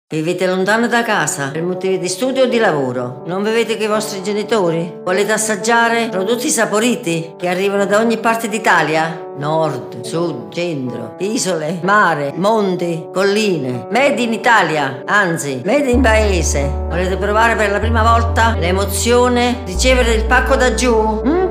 Vivete lontano da casa per motivi di studio o di lavoro? Non vivete con i vostri genitori? Volete assaggiare prodotti saporiti che arrivano da ogni parte d'Italia? Nord, sud, centro, isole, mare, monti, colline. Made in Italia, anzi, made in paese. Volete provare per la prima volta l'emozione di ricevere il pacco da giù?